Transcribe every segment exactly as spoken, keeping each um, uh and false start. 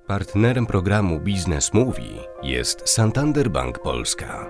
Partnerem programu Biznes Mówi jest Santander Bank Polska.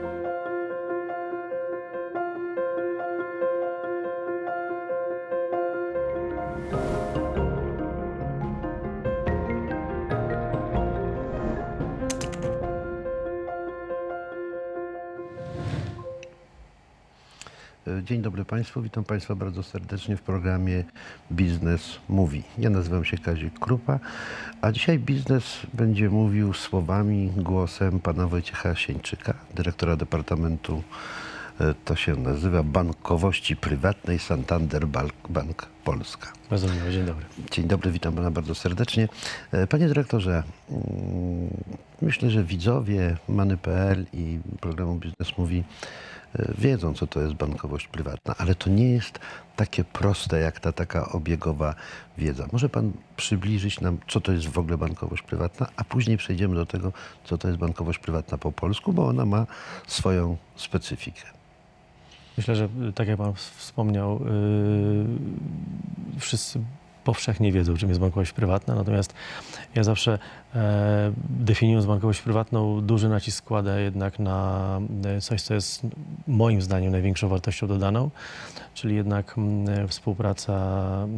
Dzień dobry Państwu, witam Państwa bardzo serdecznie w programie Biznes Mówi. Ja nazywam się Kazik Krupa, a dzisiaj biznes będzie mówił słowami, głosem pana Wojciecha Sieńczyka, dyrektora Departamentu, to się nazywa Bankowości Prywatnej Santander Bank Polska. Bardzo miło, dzień dobry. Dzień dobry, witam pana bardzo serdecznie. Panie dyrektorze, myślę, że widzowie Many kropka pe el i programu Biznes Mówi wiedzą, co to jest bankowość prywatna, ale to nie jest takie proste, jak ta taka obiegowa wiedza. Może pan przybliżyć nam, co to jest w ogóle bankowość prywatna, a później przejdziemy do tego, co to jest bankowość prywatna po polsku, bo ona ma swoją specyfikę. Myślę, że tak jak pan wspomniał, yy, wszyscy powszechnie wiedzą, czym jest bankowość prywatna, natomiast ja zawsze e, definiując bankowość prywatną, duży nacisk kładę jednak na coś, co jest moim zdaniem największą wartością dodaną, czyli jednak m, współpraca m,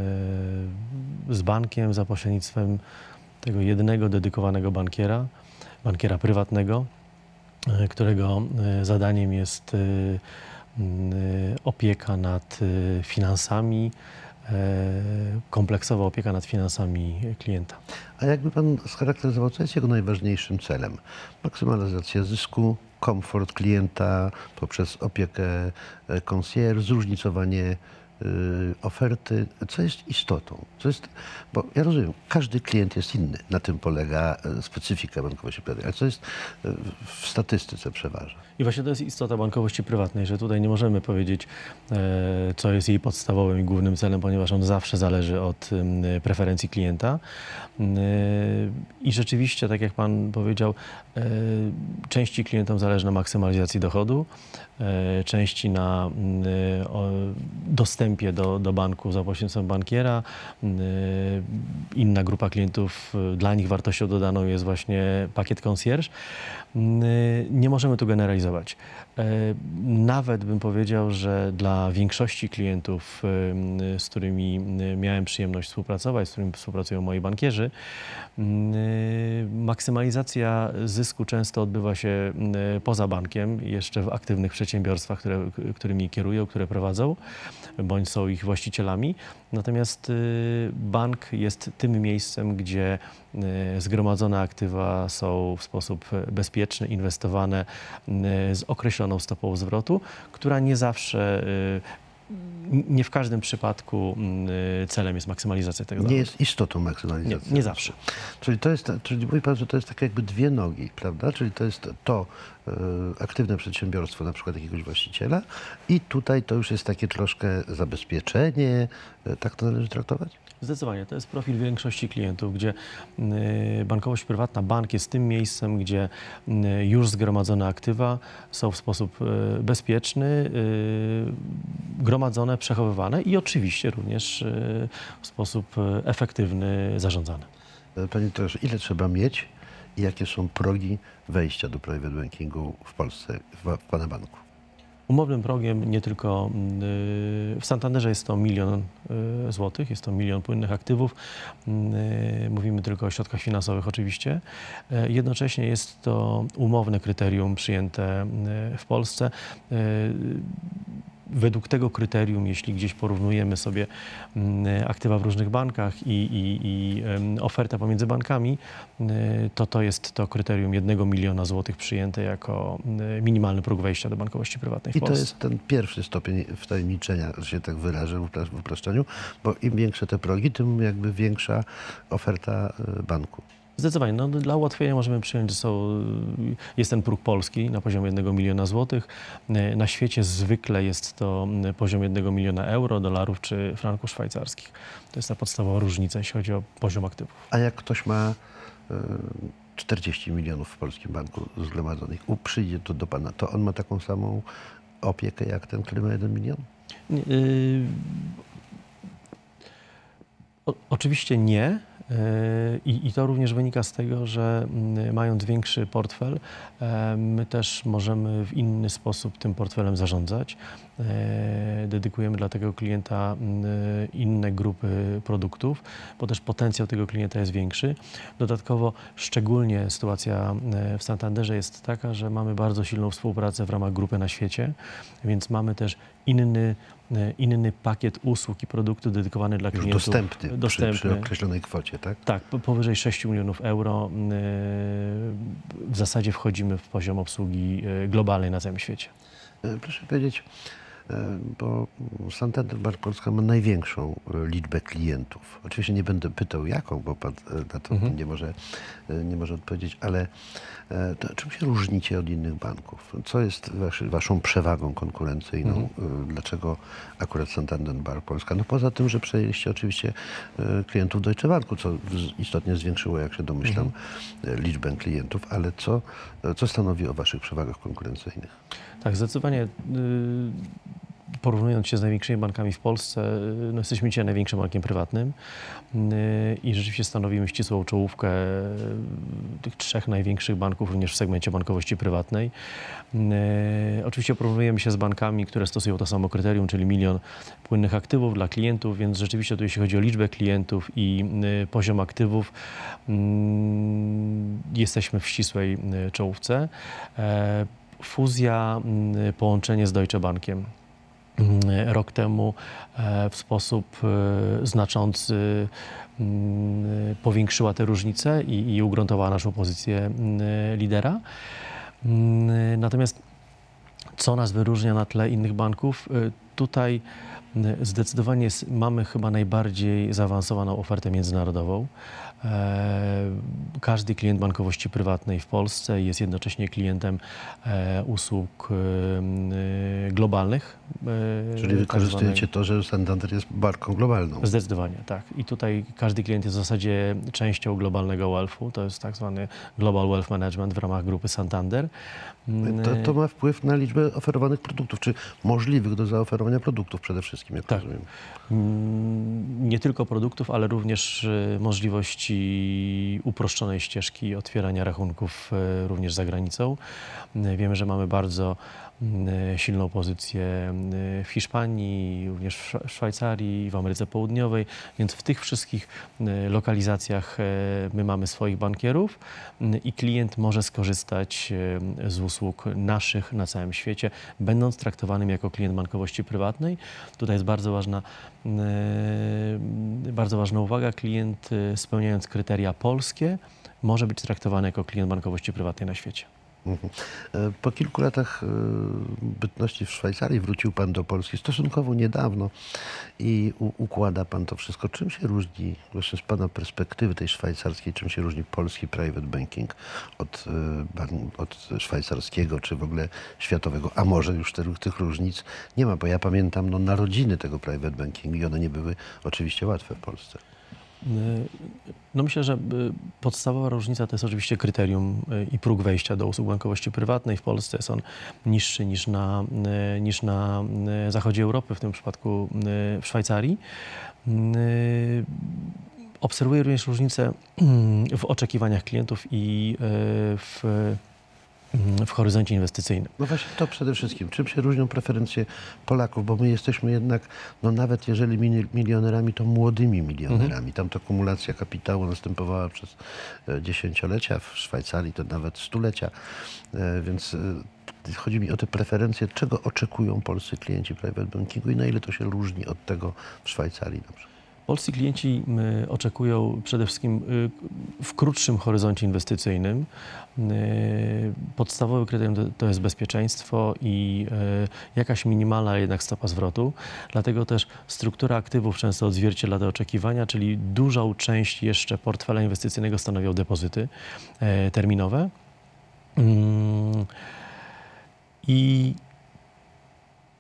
z bankiem za pośrednictwem tego jednego dedykowanego bankiera, bankiera prywatnego, e, którego e, zadaniem jest e, opieka nad e, finansami, kompleksowa opieka nad finansami klienta. A jakby pan scharakteryzował, co jest jego najważniejszym celem? Maksymalizacja zysku, komfort klienta poprzez opiekę concierge, zróżnicowanie y, oferty. Co jest istotą? Co jest, bo ja rozumiem, każdy klient jest inny. Na tym polega specyfika bankowości prywatnej. Ale co jest w statystyce przeważa? I właśnie to jest istota bankowości prywatnej, że tutaj nie możemy powiedzieć, co jest jej podstawowym i głównym celem, ponieważ on zawsze zależy od preferencji klienta. I rzeczywiście, tak jak pan powiedział, części klientom zależy na maksymalizacji dochodu, części na dostępie do, do banku za pośrednictwem bankiera. Inna grupa klientów, dla nich wartością dodaną jest właśnie pakiet concierge. Nie możemy tu generalizować. Nawet bym powiedział, że dla większości klientów, z którymi miałem przyjemność współpracować, z którymi współpracują moi bankierzy, maksymalizacja zysku często odbywa się poza bankiem, jeszcze w aktywnych przedsiębiorstwach, które, którymi kierują, które prowadzą, bądź są ich właścicielami. Natomiast bank jest tym miejscem, gdzie zgromadzone aktywa są w sposób bezpieczny, inwestowane z określoną stopą zwrotu, która nie zawsze, nie w każdym przypadku celem jest maksymalizacja tego dochodu. Nie jest istotą maksymalizacji. Nie, nie zawsze. Czyli to jest, czyli mówi pan, że to jest tak jakby dwie nogi, prawda? Czyli to jest to y, aktywne przedsiębiorstwo, na przykład jakiegoś właściciela, i tutaj to już jest takie troszkę zabezpieczenie. Y, tak to należy traktować? Zdecydowanie. To jest profil większości klientów, gdzie bankowość prywatna, bank jest tym miejscem, gdzie już zgromadzone aktywa są w sposób bezpieczny, gromadzone, przechowywane i oczywiście również w sposób efektywny zarządzane. Panie doktorze, ile trzeba mieć i jakie są progi wejścia do private bankingu w Polsce, w, w pana banku? Umownym progiem nie tylko w Santanderze jest to milion złotych, jest to milion płynnych aktywów. Mówimy tylko o środkach finansowych oczywiście. Jednocześnie jest to umowne kryterium przyjęte w Polsce. Według tego kryterium, jeśli gdzieś porównujemy sobie aktywa w różnych bankach i, i, i ofertę pomiędzy bankami, to to jest to kryterium jednego miliona złotych przyjęte jako minimalny próg wejścia do bankowości prywatnej w I Polsce. to jest ten pierwszy stopień wtajemniczenia, że się tak wyrażę w uproszczeniu, bo im większe te progi, tym jakby większa oferta banku. Zdecydowanie. No, dla ułatwienia możemy przyjąć, że są, jest ten próg polski na poziomie jednego miliona złotych. Na świecie zwykle jest to poziom jednego miliona euro, dolarów czy franków szwajcarskich. To jest ta podstawowa różnica, jeśli chodzi o poziom aktywów. A jak ktoś ma y, czterdzieści milionów w polskim banku zgromadzonych, przyjdzie to do pana, to on ma taką samą opiekę jak ten, który ma jeden milion? Yy, o, oczywiście nie. I, I to również wynika z tego, że mm, mając większy portfel, e, my też możemy w inny sposób tym portfelem zarządzać. E, dedykujemy dla tego klienta mm, inne grupy produktów, bo też potencjał tego klienta jest większy. Dodatkowo szczególnie sytuacja w Santanderze jest taka, że mamy bardzo silną współpracę w ramach grupy na świecie, więc mamy też inny inny pakiet usług i produktów dedykowany dla Już klientów. dostępny, dostępny. Przy, przy określonej kwocie, tak? Tak, powyżej sześciu milionów euro w zasadzie wchodzimy w poziom obsługi globalnej na całym świecie. Proszę powiedzieć, bo Santander Bank Polska ma największą liczbę klientów. Oczywiście nie będę pytał jaką, bo pan na to mhm. nie, może, nie może odpowiedzieć, ale to, czym się różnicie od innych banków? Co jest waszy, waszą przewagą konkurencyjną? Mhm. Dlaczego akurat Santander Bank Polska? No poza tym, że przejęliście oczywiście klientów Deutsche Banku, co istotnie zwiększyło, jak się domyślam, mhm. liczbę klientów, ale co, co stanowi o waszych przewagach konkurencyjnych? Tak, zdecydowanie. Y Porównując się z największymi bankami w Polsce, no jesteśmy dzisiaj największym bankiem prywatnym i rzeczywiście stanowimy ścisłą czołówkę tych trzech największych banków również w segmencie bankowości prywatnej. Oczywiście porównujemy się z bankami, które stosują to samo kryterium, czyli milion płynnych aktywów dla klientów, więc rzeczywiście tu jeśli chodzi o liczbę klientów i poziom aktywów, jesteśmy w ścisłej czołówce. Fuzja, połączenie z Deutsche Bankiem rok temu w sposób znaczący powiększyła te różnice i, i ugruntowała naszą pozycję lidera. Natomiast co nas wyróżnia na tle innych banków? Tutaj zdecydowanie mamy chyba najbardziej zaawansowaną ofertę międzynarodową. Każdy klient bankowości prywatnej w Polsce jest jednocześnie klientem usług globalnych. Czyli wykorzystujecie to, że Santander jest banką globalną. Zdecydowanie, tak. I tutaj każdy klient jest w zasadzie częścią globalnego wealthu. To jest tak zwany Global Wealth Management w ramach grupy Santander. To, to ma wpływ na liczbę oferowanych produktów, czy możliwych do zaoferowania produktów przede wszystkim, jak tak. rozumiem. Nie tylko produktów, ale również możliwości uproszczonej ścieżki otwierania rachunków również za granicą. Wiemy, że mamy bardzo silną pozycję w Hiszpanii, również w Szwajcarii, w Ameryce Południowej, więc w tych wszystkich lokalizacjach my mamy swoich bankierów i klient może skorzystać z usług naszych na całym świecie, będąc traktowanym jako klient bankowości prywatnej. Tutaj jest bardzo ważna, bardzo ważna uwaga, klient spełniając kryteria polskie może być traktowany jako klient bankowości prywatnej na świecie. Po kilku latach bytności w Szwajcarii wrócił pan do Polski stosunkowo niedawno i układa pan to wszystko. Czym się różni, właśnie z pana perspektywy tej szwajcarskiej, czym się różni polski private banking od, od szwajcarskiego, czy w ogóle światowego? A może już tych, tych różnic nie ma, bo ja pamiętam no, narodziny tego private bankingu i one nie były oczywiście łatwe w Polsce. No myślę, że podstawowa różnica to jest oczywiście kryterium i próg wejścia do usług bankowości prywatnej. W Polsce jest on niższy niż na, niż na zachodzie Europy, w tym przypadku w Szwajcarii. Obserwuję również różnice w oczekiwaniach klientów i w w horyzoncie inwestycyjnym. No właśnie to przede wszystkim. Czym się różnią preferencje Polaków? Bo my jesteśmy jednak, no nawet jeżeli milionerami, to młodymi milionerami. Mhm. Tam to kumulacja kapitału następowała przez dziesięciolecia, w Szwajcarii to nawet stulecia. Więc chodzi mi o te preferencje, czego oczekują polscy klienci private bankingu i na ile to się różni od tego w Szwajcarii na przykład. Polscy klienci oczekują przede wszystkim w krótszym horyzoncie inwestycyjnym. Podstawowy kryterium to jest bezpieczeństwo i jakaś minimalna jednak stopa zwrotu. Dlatego też struktura aktywów często odzwierciedla te oczekiwania, czyli dużą część jeszcze portfela inwestycyjnego stanowią depozyty terminowe. I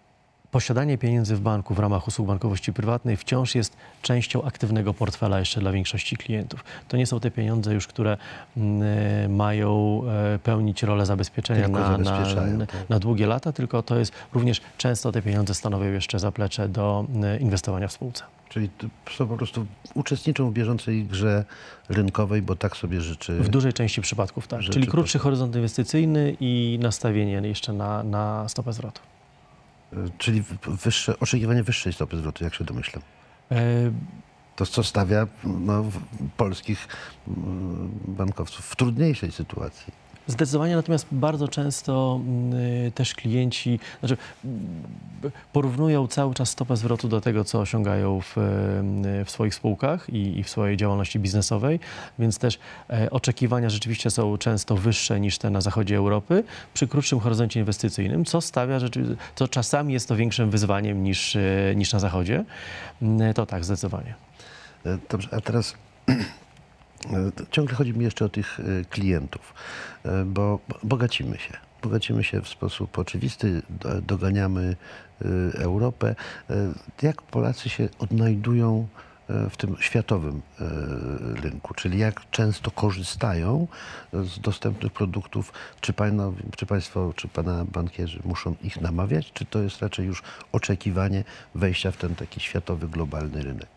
posiadanie pieniędzy w banku w ramach usług bankowości prywatnej wciąż jest częścią aktywnego portfela jeszcze dla większości klientów. To nie są te pieniądze już, które mm, mają e, pełnić rolę zabezpieczenia na, na, na, na długie lata, tylko to jest również często te pieniądze stanowią jeszcze zaplecze do e, inwestowania w spółce. Czyli są po prostu uczestniczą w bieżącej grze rynkowej, bo tak sobie życzy. W dużej części przypadków tak. Czyli krótszy horyzont inwestycyjny i nastawienie jeszcze na, na stopę zwrotu. Czyli wyższe, oczekiwanie wyższej stopy zwrotu, jak się domyślam. E... To, co stawia no, polskich bankowców w trudniejszej sytuacji. Zdecydowanie, natomiast bardzo często y, też klienci znaczy, y, porównują cały czas stopę zwrotu do tego, co osiągają w, y, w swoich spółkach i, i w swojej działalności biznesowej, więc też y, oczekiwania rzeczywiście są często wyższe niż te na zachodzie Europy przy krótszym horyzoncie inwestycyjnym, co stawia, co czasami jest to większym wyzwaniem niż, y, niż na zachodzie. Y, to tak, zdecydowanie. Dobrze, a teraz ciągle chodzi mi jeszcze o tych klientów, bo bogacimy się. Bogacimy się w sposób oczywisty, doganiamy Europę. Jak Polacy się odnajdują w tym światowym rynku, czyli jak często korzystają z dostępnych produktów, czy, pana, czy Państwo, czy Pana bankierzy muszą ich namawiać, czy to jest raczej już oczekiwanie wejścia w ten taki światowy, globalny rynek?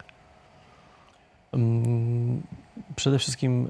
Przede wszystkim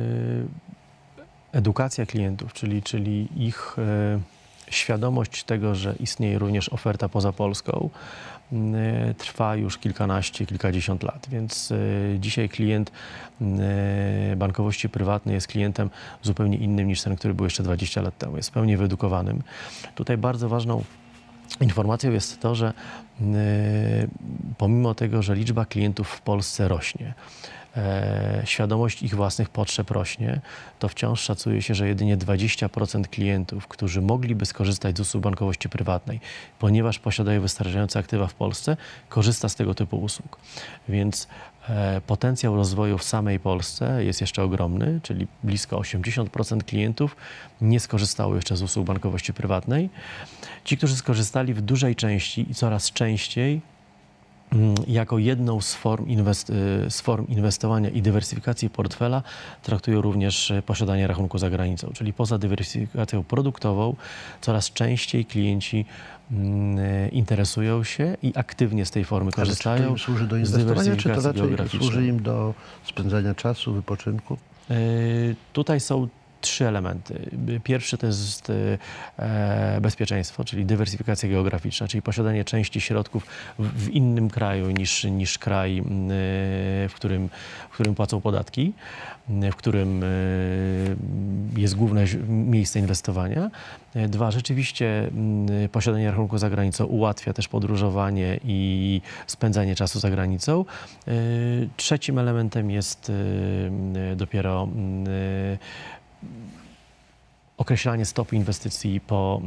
edukacja klientów, czyli, czyli ich świadomość tego, że istnieje również oferta poza Polską, trwa już kilkanaście, kilkadziesiąt lat, więc dzisiaj klient bankowości prywatnej jest klientem zupełnie innym niż ten, który był jeszcze dwadzieścia lat temu, jest pełnie wyedukowanym. Tutaj bardzo ważną informacją jest to, że y, pomimo tego, że liczba klientów w Polsce rośnie, e, świadomość ich własnych potrzeb rośnie, to wciąż szacuje się, że jedynie dwadzieścia procent klientów, którzy mogliby skorzystać z usług bankowości prywatnej, ponieważ posiadają wystarczające aktywa w Polsce, korzysta z tego typu usług. Więc e, potencjał rozwoju w samej Polsce jest jeszcze ogromny, czyli blisko osiemdziesiąt procent klientów nie skorzystało jeszcze z usług bankowości prywatnej. Ci, którzy skorzystali w dużej części i coraz częściej jako jedną z form, inwest- z form inwestowania i dywersyfikacji portfela traktują również posiadanie rachunku za granicą. Czyli poza dywersyfikacją produktową coraz częściej klienci mm, interesują się i aktywnie z tej formy korzystają. Ale czy to im służy do inwestowania, czy to raczej służy im do spędzania czasu, wypoczynku? Yy, tutaj są trzy elementy. Pierwszy to jest e, bezpieczeństwo, czyli dywersyfikacja geograficzna, czyli posiadanie części środków w, w innym kraju niż, niż kraj, e, w, którym, w którym płacą podatki, w którym e, jest główne miejsce inwestowania. Dwa, rzeczywiście m, posiadanie rachunku za granicą ułatwia też podróżowanie i spędzanie czasu za granicą. E, trzecim elementem jest e, dopiero e, określanie stopu inwestycji po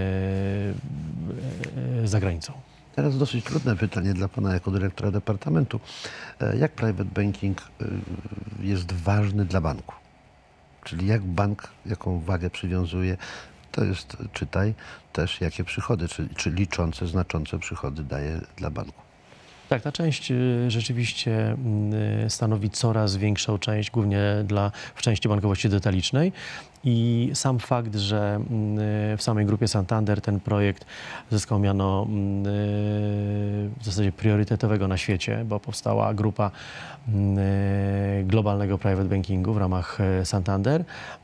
yy, za granicą. Teraz dosyć trudne pytanie dla Pana jako dyrektora departamentu. Jak private banking jest ważny dla banku? Czyli jak bank, jaką wagę przywiązuje, to jest, czytaj, też jakie przychody, czy, czy liczące, znaczące przychody daje dla banku. Tak, ta część rzeczywiście stanowi coraz większą część, głównie dla, w części bankowości detalicznej. I sam fakt, że w samej grupie Santander ten projekt zyskał miano w zasadzie priorytetowego na świecie, bo powstała grupa globalnego private bankingu w ramach Santander,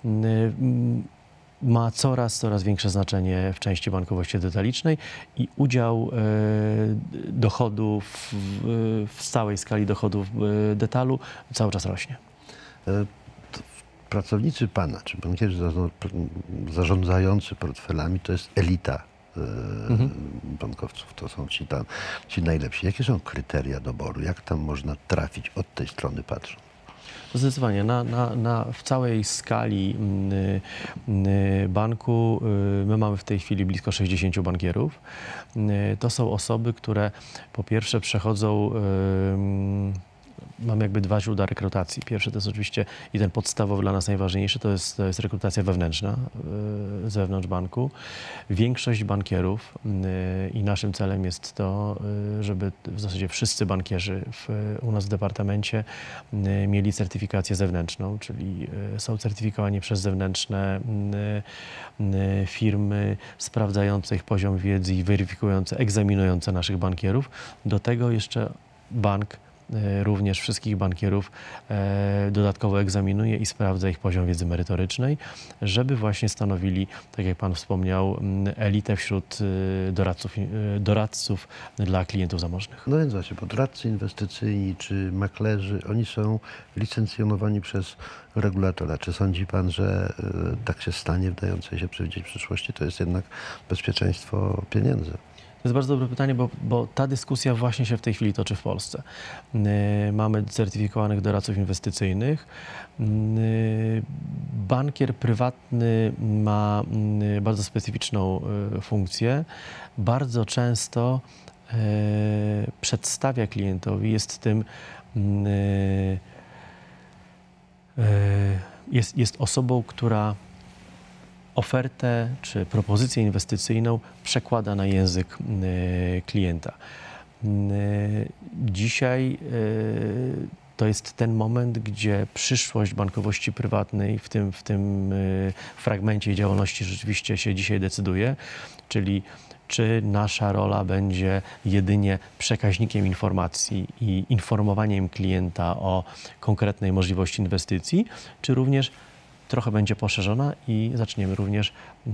ma coraz, coraz większe znaczenie w części bankowości detalicznej i udział e, dochodów w, w całej skali dochodów e, detalu cały czas rośnie. E, pracownicy Pana, czy bankierzy zarządzający portfelami, to jest elita e, mhm. bankowców. To są ci, tam, ci najlepsi. Jakie są kryteria doboru? Jak tam można trafić od tej strony patrząc? Zdecydowanie. Na, na, na, w całej skali y, banku y, my mamy w tej chwili blisko sześćdziesięciu bankierów. Y, to są osoby, które po pierwsze przechodzą y, mamy jakby dwa źródła rekrutacji. Pierwszy to jest oczywiście i ten podstawowy dla nas najważniejszy, to jest, to jest rekrutacja wewnętrzna yy, z wewnątrz banku. Większość bankierów yy, i naszym celem jest to, yy, żeby w zasadzie wszyscy bankierzy w, u nas w departamencie yy, mieli certyfikację zewnętrzną, czyli yy, są certyfikowani przez zewnętrzne yy, yy, firmy sprawdzające ich poziom wiedzy i weryfikujące, egzaminujące naszych bankierów. Do tego jeszcze bank również wszystkich bankierów e, dodatkowo egzaminuje i sprawdza ich poziom wiedzy merytorycznej, żeby właśnie stanowili, tak jak Pan wspomniał, elitę wśród doradców, doradców dla klientów zamożnych. No więc właśnie, bo doradcy inwestycyjni czy maklerzy, oni są licencjonowani przez regulatora. Czy sądzi Pan, że y, tak się stanie w dającej się przewidzieć przyszłości? To jest jednak bezpieczeństwo pieniędzy. To jest bardzo dobre pytanie, bo, bo ta dyskusja właśnie się w tej chwili toczy w Polsce. Yy, mamy certyfikowanych doradców inwestycyjnych. Yy, bankier prywatny ma yy, bardzo specyficzną yy, funkcję. Bardzo często yy, przedstawia klientowi, jest tym yy, yy, jest, jest osobą, która ofertę czy propozycję inwestycyjną przekłada na język y, klienta. Y, dzisiaj y, to jest ten moment, gdzie przyszłość bankowości prywatnej w tym, w tym y, fragmencie działalności rzeczywiście się dzisiaj decyduje, czyli czy nasza rola będzie jedynie przekaźnikiem informacji i informowaniem klienta o konkretnej możliwości inwestycji, czy również trochę będzie poszerzona i zaczniemy również yy,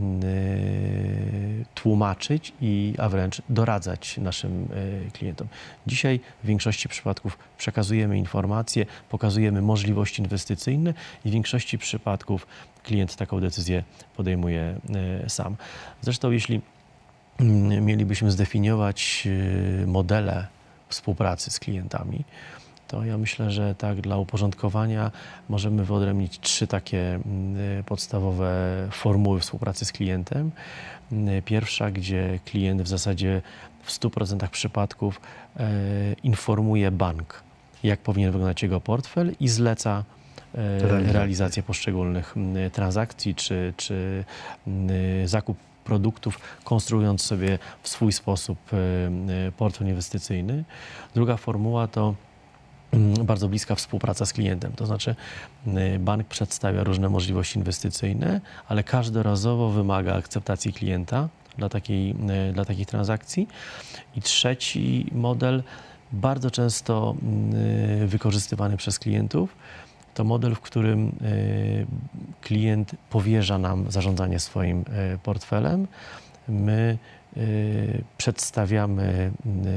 tłumaczyć, i, a wręcz doradzać naszym yy, klientom. Dzisiaj w większości przypadków przekazujemy informacje, pokazujemy możliwości inwestycyjne i w większości przypadków klient taką decyzję podejmuje yy, sam. Zresztą jeśli yy, mielibyśmy zdefiniować yy, modele współpracy z klientami, to ja myślę, że tak dla uporządkowania możemy wyodrębnić trzy takie y, podstawowe formuły współpracy z klientem. Y, pierwsza, gdzie klient w zasadzie w stu procentach przypadków y, informuje bank, jak powinien wyglądać jego portfel i zleca y, realizację poszczególnych y, transakcji czy, czy y, zakup produktów, konstruując sobie w swój sposób y, y, portfel inwestycyjny. Druga formuła to bardzo bliska współpraca z klientem, to znaczy bank przedstawia różne możliwości inwestycyjne, ale każdorazowo wymaga akceptacji klienta dla takiej, dla takich transakcji. I trzeci model, bardzo często wykorzystywany przez klientów, to model, w którym klient powierza nam zarządzanie swoim portfelem. My przedstawiamy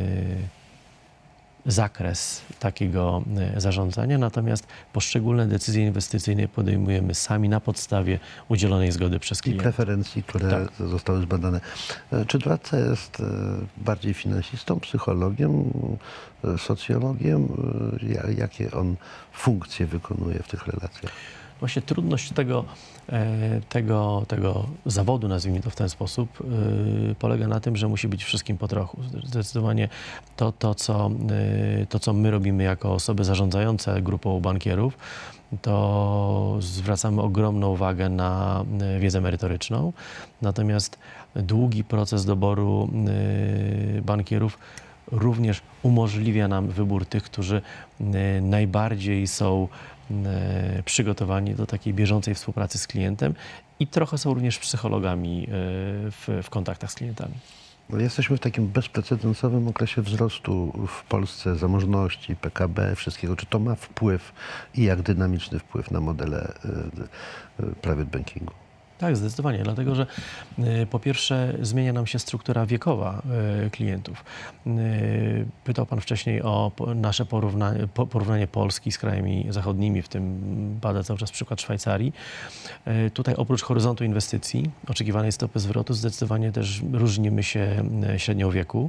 zakres takiego zarządzania, natomiast poszczególne decyzje inwestycyjne podejmujemy sami na podstawie udzielonej zgody przez klienta. I preferencji, które tak zostały zbadane. Czy doradca jest bardziej finansistą, psychologiem, socjologiem? Jakie on funkcje wykonuje w tych relacjach? Właśnie trudność tego, tego, tego zawodu, nazwijmy to w ten sposób, polega na tym, że musi być wszystkim po trochu. Zdecydowanie to, to, co, to, co my robimy jako osoby zarządzające grupą bankierów, to zwracamy ogromną uwagę na wiedzę merytoryczną. Natomiast długi proces doboru bankierów również umożliwia nam wybór tych, którzy najbardziej są przygotowani do takiej bieżącej współpracy z klientem i trochę są również psychologami w, w kontaktach z klientami. Jesteśmy w takim bezprecedensowym okresie wzrostu w Polsce zamożności, P K B, wszystkiego. Czy to ma wpływ i jak dynamiczny wpływ na modele private bankingu? Tak, zdecydowanie, dlatego że y, po pierwsze zmienia nam się struktura wiekowa y, klientów. Y, pytał Pan wcześniej o po, nasze porównanie, po, porównanie Polski z krajami zachodnimi, w tym pada cały czas przykład Szwajcarii. Y, tutaj oprócz horyzontu inwestycji, oczekiwanej stopy zwrotu, zdecydowanie też różnimy się średnią wieku.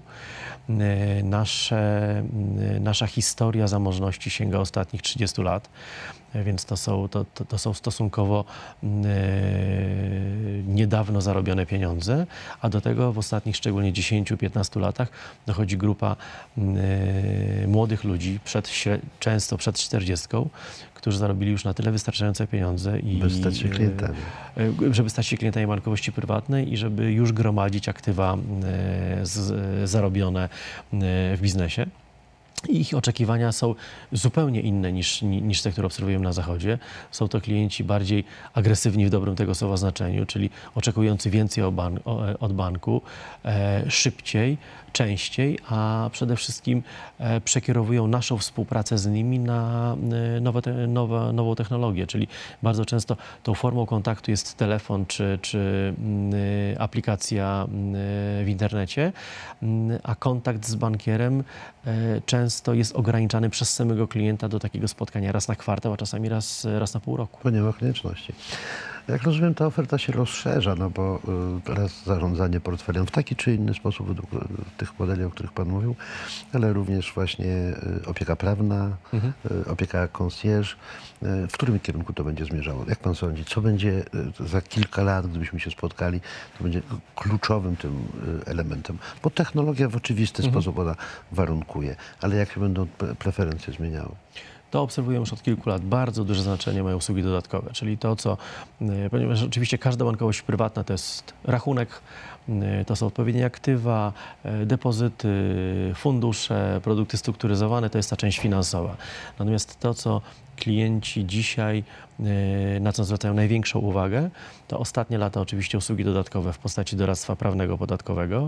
Y, nasze, y, nasza historia zamożności sięga ostatnich trzydziestu lat. więc to są, to, to, to są stosunkowo e, niedawno zarobione pieniądze, a do tego w ostatnich szczególnie dziesięciu piętnastu latach dochodzi grupa e, młodych ludzi, przed, często przed czterdziestką, którzy zarobili już na tyle wystarczające pieniądze i By stać się klientami. żeby stać się klientami bankowości prywatnej i żeby już gromadzić aktywa z, zarobione w biznesie. I ich oczekiwania są zupełnie inne niż, niż te, które obserwujemy na Zachodzie. Są to klienci bardziej agresywni w dobrym tego słowa znaczeniu, czyli oczekujący więcej ban od banku, e, szybciej, częściej, a przede wszystkim e, przekierowują naszą współpracę z nimi na e, nowe te, nowe, nową technologię, czyli bardzo często tą formą kontaktu jest telefon czy, czy y, aplikacja y, w internecie, y, a kontakt z bankierem y, często jest ograniczany przez samego klienta do takiego spotkania raz na kwartał, a czasami raz, raz na pół roku. Bo nie ma konieczności. Jak rozumiem, ta oferta się rozszerza, no bo y, teraz zarządzanie portfelem w taki czy inny sposób według y, tych modeli, o których Pan mówił, ale również właśnie y, opieka prawna, mhm. y, opieka concierge. Y, w którym kierunku to będzie zmierzało? Jak Pan sądzi, co będzie y, za kilka lat, gdybyśmy się spotkali, to będzie kluczowym tym y, elementem? Bo technologia w oczywisty mhm. sposób ona warunkuje, ale jak się będą pre preferencje zmieniały? To obserwujemy już od kilku lat. Bardzo duże znaczenie mają usługi dodatkowe, czyli to, co, ponieważ oczywiście każda bankowość prywatna to jest rachunek, to są odpowiednie aktywa, depozyty, fundusze, produkty strukturyzowane, to jest ta część finansowa. Natomiast to, co klienci dzisiaj, na co zwracają największą uwagę, to ostatnie lata oczywiście usługi dodatkowe w postaci doradztwa prawnego podatkowego.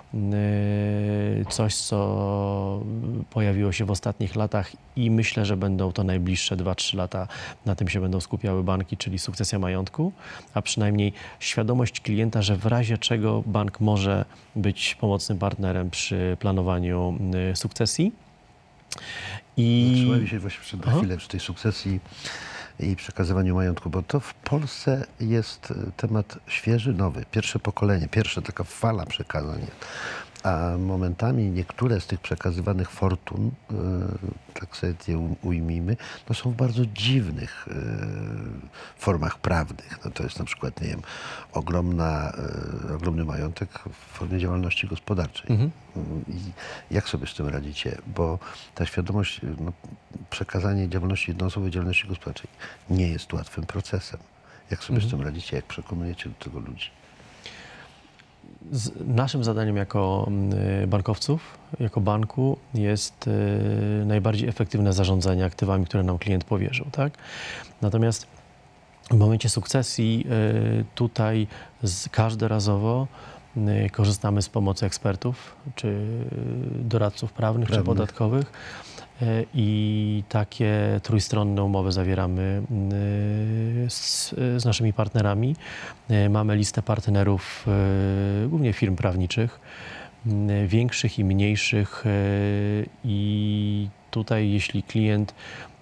Coś, co pojawiło się w ostatnich latach i myślę, że będą to najbliższe dwa trzy lata, na tym się będą skupiały banki, czyli sukcesja majątku, a przynajmniej świadomość klienta, że w razie czego bank może być pomocnym partnerem przy planowaniu sukcesji. I... Zatrzymajmy się właśnie przed na chwilę przy tej sukcesji i przekazywaniu majątku, bo to w Polsce jest temat świeży, nowy, pierwsze pokolenie, pierwsza taka fala przekazań. A momentami niektóre z tych przekazywanych fortun, yy, tak sobie je ujmijmy, no są w bardzo dziwnych yy, formach prawnych. No to jest na przykład, nie wiem, ogromna, yy, ogromny majątek w formie działalności gospodarczej. Mhm. Yy, I jak sobie z tym radzicie? Bo ta świadomość, no, przekazanie działalności jednoosobowej, działalności gospodarczej nie jest łatwym procesem. Jak sobie mhm. z tym radzicie? Jak przekonujecie do tego ludzi? Z naszym zadaniem jako bankowców, jako banku jest y, najbardziej efektywne zarządzanie aktywami, które nam klient powierzył, tak? Natomiast w momencie sukcesji y, tutaj z, każdorazowo y, korzystamy z pomocy ekspertów, czy doradców prawnych, prawnych. czy podatkowych. I takie trójstronne umowy zawieramy z, z naszymi partnerami. Mamy listę partnerów, głównie firm prawniczych, większych i mniejszych. I tutaj, jeśli klient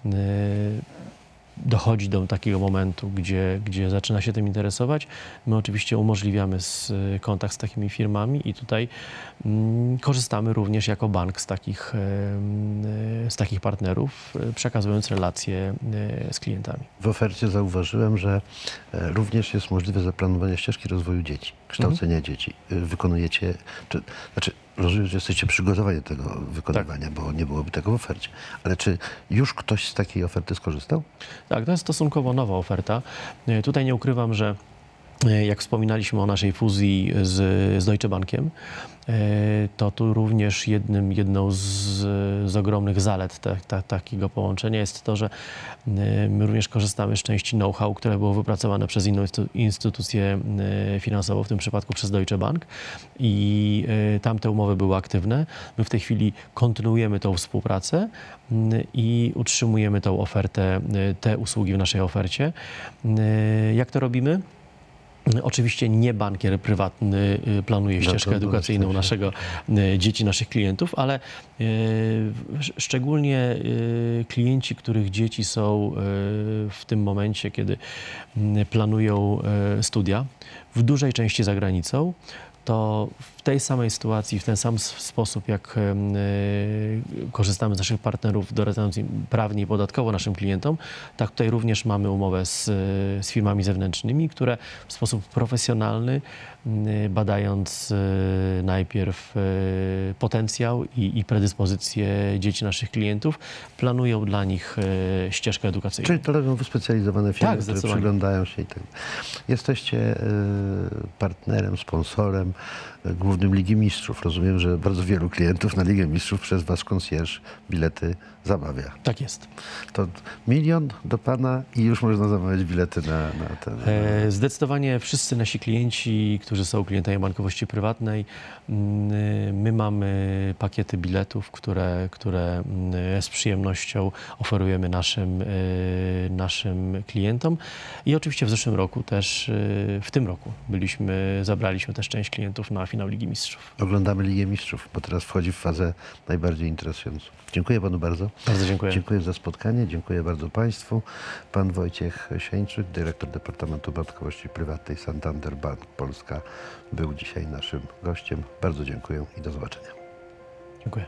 dochodzi do takiego momentu, gdzie, gdzie zaczyna się tym interesować, my oczywiście umożliwiamy z, kontakt z takimi firmami i tutaj mm, korzystamy również jako bank z takich, e, z takich partnerów, przekazując relacje e, z klientami. W ofercie zauważyłem, że e, również jest możliwe zaplanowanie ścieżki rozwoju dzieci, kształcenia mhm. dzieci. E, wykonujecie, czy, znaczy rozumiem, że jesteście przygotowani do tego wykonywania, tak. bo nie byłoby tego w ofercie. Ale czy już ktoś z takiej oferty skorzystał? Tak, to jest stosunkowo nowa oferta. Tutaj nie ukrywam, że jak wspominaliśmy o naszej fuzji z, z Deutsche Bankiem, to tu również jednym, jedną z, z ogromnych zalet te, te, takiego połączenia jest to, że my również korzystamy z części know-how, które było wypracowane przez inną instytucję finansową, w tym przypadku przez Deutsche Bank, i tamte umowy były aktywne. My w tej chwili kontynuujemy tą współpracę i utrzymujemy tą ofertę, te usługi w naszej ofercie. Jak to robimy? Oczywiście nie bankier prywatny planuje ścieżkę no edukacyjną naszego dzieci, naszych klientów, ale e, szczególnie e, klienci, których dzieci są e, w tym momencie, kiedy planują e, studia, w dużej części za granicą, to w tej samej sytuacji, w ten sam s- sposób, jak y, korzystamy z naszych partnerów, doradzając im prawnie i podatkowo naszym klientom, tak tutaj również mamy umowę z, z firmami zewnętrznymi, które w sposób profesjonalny, y, badając y, najpierw y, potencjał i, i predyspozycje dzieci naszych klientów, planują dla nich y, ścieżkę edukacyjną. Czyli to robią wyspecjalizowane firmy, Tak, które zdecydowanie. przyglądają się i tak. Jesteście y, partnerem, sponsorem, y, głównym Ligi Mistrzów. Rozumiem, że bardzo wielu klientów na Ligę Mistrzów przez wasz concierge bilety zamawia. Tak jest. To milion do pana i już można zamawiać bilety na, na ten... E, Zdecydowanie wszyscy nasi klienci, którzy są klientami bankowości prywatnej, mm, my mamy pakiety biletów, które, które mm, z przyjemnością oferujemy naszym, e, naszym klientom. I oczywiście w zeszłym roku też, e, w tym roku byliśmy, zabraliśmy też część klientów na finał Ligi Mistrzów. Oglądamy Ligę Mistrzów, bo teraz wchodzi w fazę najbardziej interesującą. Dziękuję panu bardzo. Bardzo dziękuję. Dziękuję za spotkanie, dziękuję bardzo państwu. Pan Wojciech Sieńczyk, dyrektor Departamentu Bankowości Prywatnej Santander Bank Polska, był dzisiaj naszym gościem. Bardzo dziękuję i do zobaczenia. Dziękuję.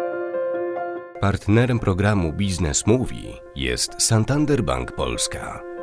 Partnerem programu Biznes Mówi jest Santander Bank Polska.